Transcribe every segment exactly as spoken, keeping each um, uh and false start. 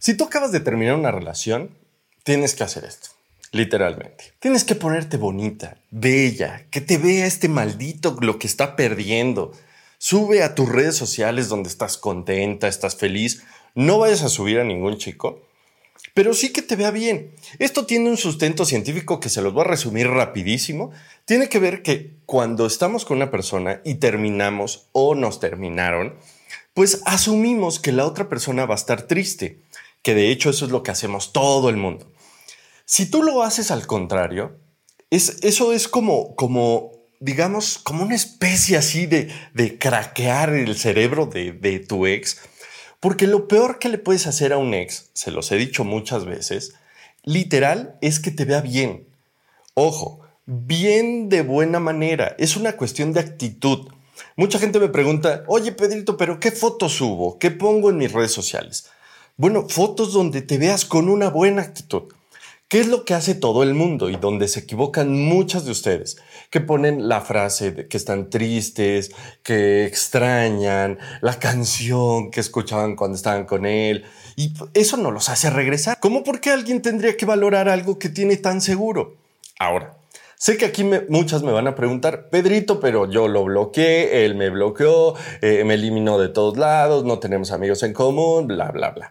Si tú acabas de terminar una relación, tienes que hacer esto, literalmente. Tienes que ponerte bonita, bella, que te vea este maldito lo que está perdiendo. Sube a tus redes sociales donde estás contenta, estás feliz. No vayas a subir a ningún chico, pero sí que te vea bien. Esto tiene un sustento científico que se los voy a resumir rapidísimo. Tiene que ver que cuando estamos con una persona y terminamos o nos terminaron, pues asumimos que la otra persona va a estar triste, que de hecho eso es lo que hacemos todo el mundo. Si tú lo haces al contrario, es, eso es como, como, digamos, como una especie así de, de craquear el cerebro de, de tu ex, porque lo peor que le puedes hacer a un ex, se los he dicho muchas veces, literal, es que te vea bien. Ojo, bien de buena manera. Es una cuestión de actitud. Mucha gente me pregunta, oye Pedrito, ¿pero qué fotos subo? ¿Qué pongo en mis redes sociales? Bueno, fotos donde te veas con una buena actitud. ¿Qué es lo que hace todo el mundo y donde se equivocan muchas de ustedes? Que ponen la frase de que están tristes, que extrañan, la canción que escuchaban cuando estaban con él. Y eso no los hace regresar. ¿Cómo por qué alguien tendría que valorar algo que tiene tan seguro? Ahora, sé que aquí me, muchas me van a preguntar, Pedrito, pero yo lo bloqueé, él me bloqueó, eh, me eliminó de todos lados, no tenemos amigos en común, bla, bla, bla.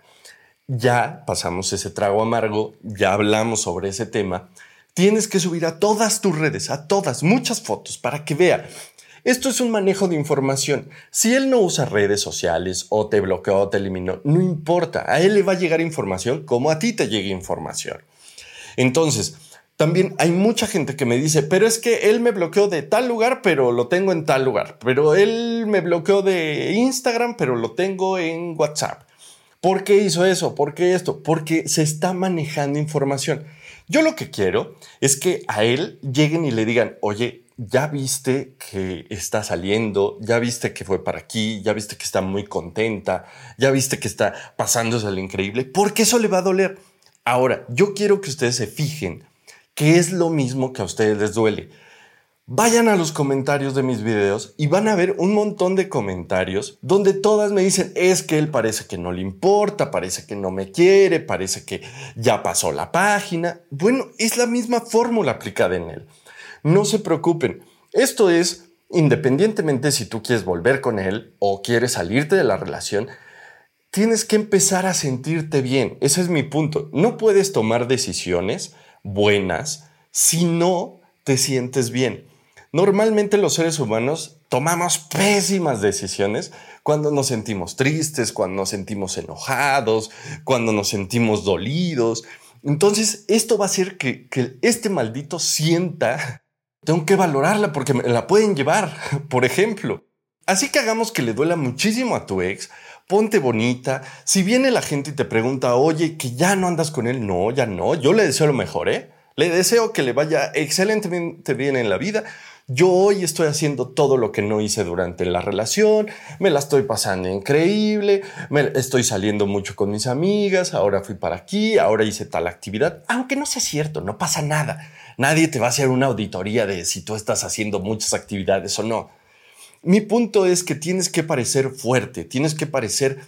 Ya pasamos ese trago amargo, ya hablamos sobre ese tema. Tienes que subir a todas tus redes, a todas, muchas fotos para que vea. Esto es un manejo de información. Si él no usa redes sociales o te bloqueó o te eliminó, no importa. A él le va a llegar información como a ti te llegue información. Entonces, también hay mucha gente que me dice, pero es que él me bloqueó de tal lugar, pero lo tengo en tal lugar. Pero él me bloqueó de Instagram, pero lo tengo en WhatsApp. ¿Por qué hizo eso? ¿Por qué esto? Porque se está manejando información. Yo lo que quiero es que a él lleguen y le digan, oye, ya viste que está saliendo, ya viste que fue para aquí, ya viste que está muy contenta, ya viste que está pasándose lo increíble, porque eso le va a doler. Ahora, yo quiero que ustedes se fijen que es lo mismo que a ustedes les duele. Vayan a los comentarios de mis videos y van a ver un montón de comentarios donde todas me dicen, es que él parece que no le importa, parece que no me quiere, parece que ya pasó la página. Bueno, es la misma fórmula aplicada en él. No se preocupen. Esto es, independientemente si tú quieres volver con él o quieres salirte de la relación, tienes que empezar a sentirte bien. Ese es mi punto. No puedes tomar decisiones buenas si no te sientes bien. Normalmente los seres humanos tomamos pésimas decisiones cuando nos sentimos tristes, cuando nos sentimos enojados, cuando nos sentimos dolidos. Entonces, esto va a hacer que, que este maldito sienta, tengo que valorarla porque me la pueden llevar, por ejemplo. Así que hagamos que le duela muchísimo a tu ex, ponte bonita. Si viene la gente y te pregunta, oye, que ya no andas con él, no, ya no, yo le deseo lo mejor, ¿eh? Le deseo que le vaya excelentemente bien en la vida. Yo hoy estoy haciendo todo lo que no hice durante la relación, me la estoy pasando increíble, me estoy saliendo mucho con mis amigas, ahora fui para aquí, ahora hice tal actividad. Aunque no sea cierto, no pasa nada. Nadie te va a hacer una auditoría de si tú estás haciendo muchas actividades o no. Mi punto es que tienes que parecer fuerte, tienes que parecer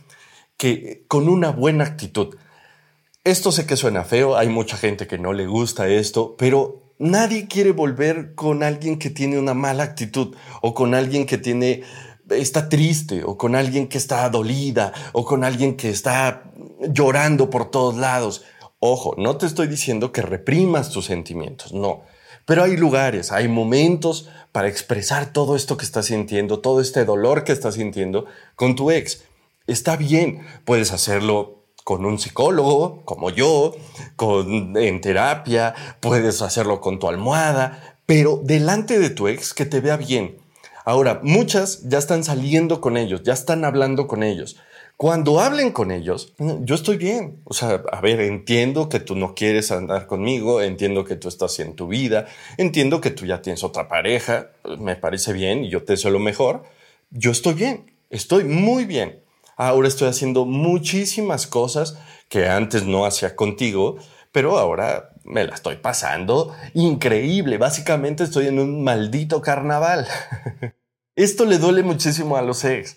que con una buena actitud. Esto sé que suena feo, hay mucha gente que no le gusta esto, pero nadie quiere volver con alguien que tiene una mala actitud o con alguien que tiene, está triste o con alguien que está dolida o con alguien que está llorando por todos lados. Ojo, no te estoy diciendo que reprimas tus sentimientos, no. Pero hay lugares, hay momentos para expresar todo esto que estás sintiendo, todo este dolor que estás sintiendo con tu ex. Está bien, puedes hacerlo con un psicólogo, como yo, con, en terapia, puedes hacerlo con tu almohada, pero delante de tu ex que te vea bien. Ahora, muchas ya están saliendo con ellos, ya están hablando con ellos. Cuando hablen con ellos, yo estoy bien. O sea, a ver, entiendo que tú no quieres andar conmigo, entiendo que tú estás en tu vida, entiendo que tú ya tienes otra pareja, me parece bien y yo te deseo lo mejor. Yo estoy bien, estoy muy bien. Ahora estoy haciendo muchísimas cosas que antes no hacía contigo, pero ahora me la estoy pasando increíble. Básicamente estoy en un maldito carnaval. Esto le duele muchísimo a los ex.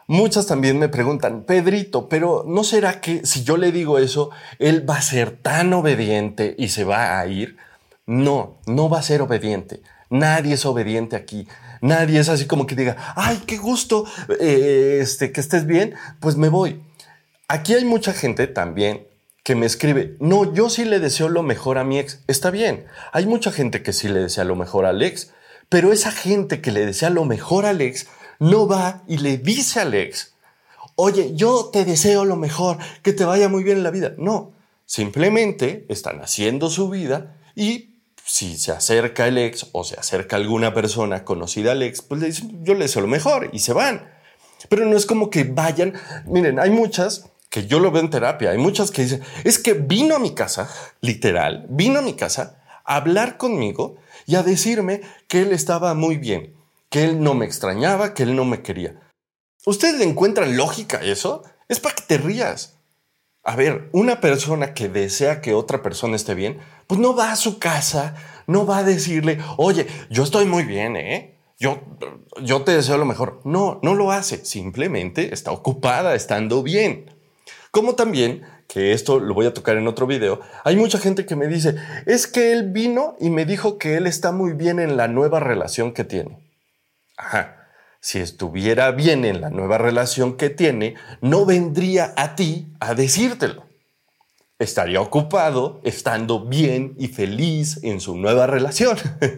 Muchas también me preguntan, Pedrito, pero ¿no será que si yo le digo eso, él va a ser tan obediente y se va a ir? No, no va a ser obediente. Nadie es obediente aquí. Nadie es así como que diga, ay, qué gusto, eh, este, que estés bien, pues me voy. Aquí hay mucha gente también que me escribe, no, yo sí le deseo lo mejor a mi ex. Está bien, hay mucha gente que sí le desea lo mejor al ex, pero esa gente que le desea lo mejor al ex no va y le dice al ex, oye, yo te deseo lo mejor, que te vaya muy bien en la vida. No, simplemente están haciendo su vida y si se acerca el ex o se acerca alguna persona conocida al ex, pues le dicen, yo le deseo lo mejor y se van. Pero no es como que vayan. Miren, hay muchas que yo lo veo en terapia. Hay muchas que dicen, es que vino a mi casa, literal, vino a mi casa a hablar conmigo y a decirme que él estaba muy bien, que él no me extrañaba, que él no me quería. ¿Ustedes le encuentran lógica a eso? Es para que te rías. A ver, una persona que desea que otra persona esté bien, pues no va a su casa, no va a decirle, oye, yo estoy muy bien, ¿eh? Yo, yo te deseo lo mejor. No, no lo hace. Simplemente está ocupada, estando bien. Como también, que esto lo voy a tocar en otro video, hay mucha gente que me dice, es que él vino y me dijo que él está muy bien en la nueva relación que tiene. Ajá. Si estuviera bien en la nueva relación que tiene, no vendría a ti a decírtelo. Estaría ocupado estando bien y feliz en su nueva relación.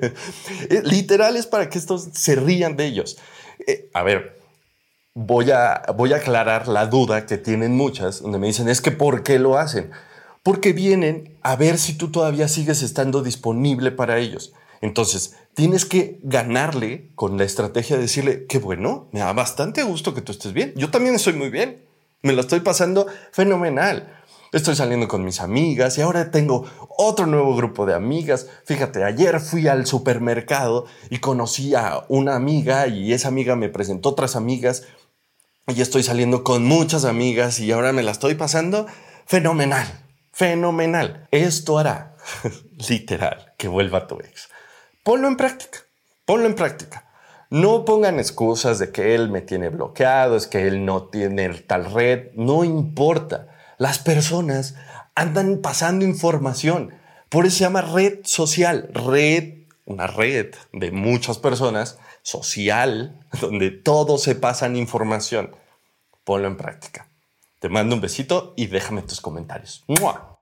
Literal es para que estos se rían de ellos. Eh, a ver, voy a, voy a aclarar la duda que tienen muchas, donde me dicen, es que ¿por qué lo hacen? Porque vienen a ver si tú todavía sigues estando disponible para ellos. Entonces, tienes que ganarle con la estrategia de decirle, qué bueno, me da bastante gusto que tú estés bien. Yo también estoy muy bien. Me lo estoy pasando fenomenal. Estoy saliendo con mis amigas y ahora tengo otro nuevo grupo de amigas. Fíjate, ayer fui al supermercado y conocí a una amiga y esa amiga me presentó otras amigas y estoy saliendo con muchas amigas y ahora me la estoy pasando fenomenal, fenomenal. Esto hará, literal, que vuelva tu ex. Ponlo en práctica, ponlo en práctica. No pongan excusas de que él me tiene bloqueado, es que él no tiene tal red. No importa. Las personas andan pasando información. Por eso se llama red social. Red, una red de muchas personas, social, donde todos se pasan información. Ponlo en práctica. Te mando un besito y déjame tus comentarios. ¡Mua!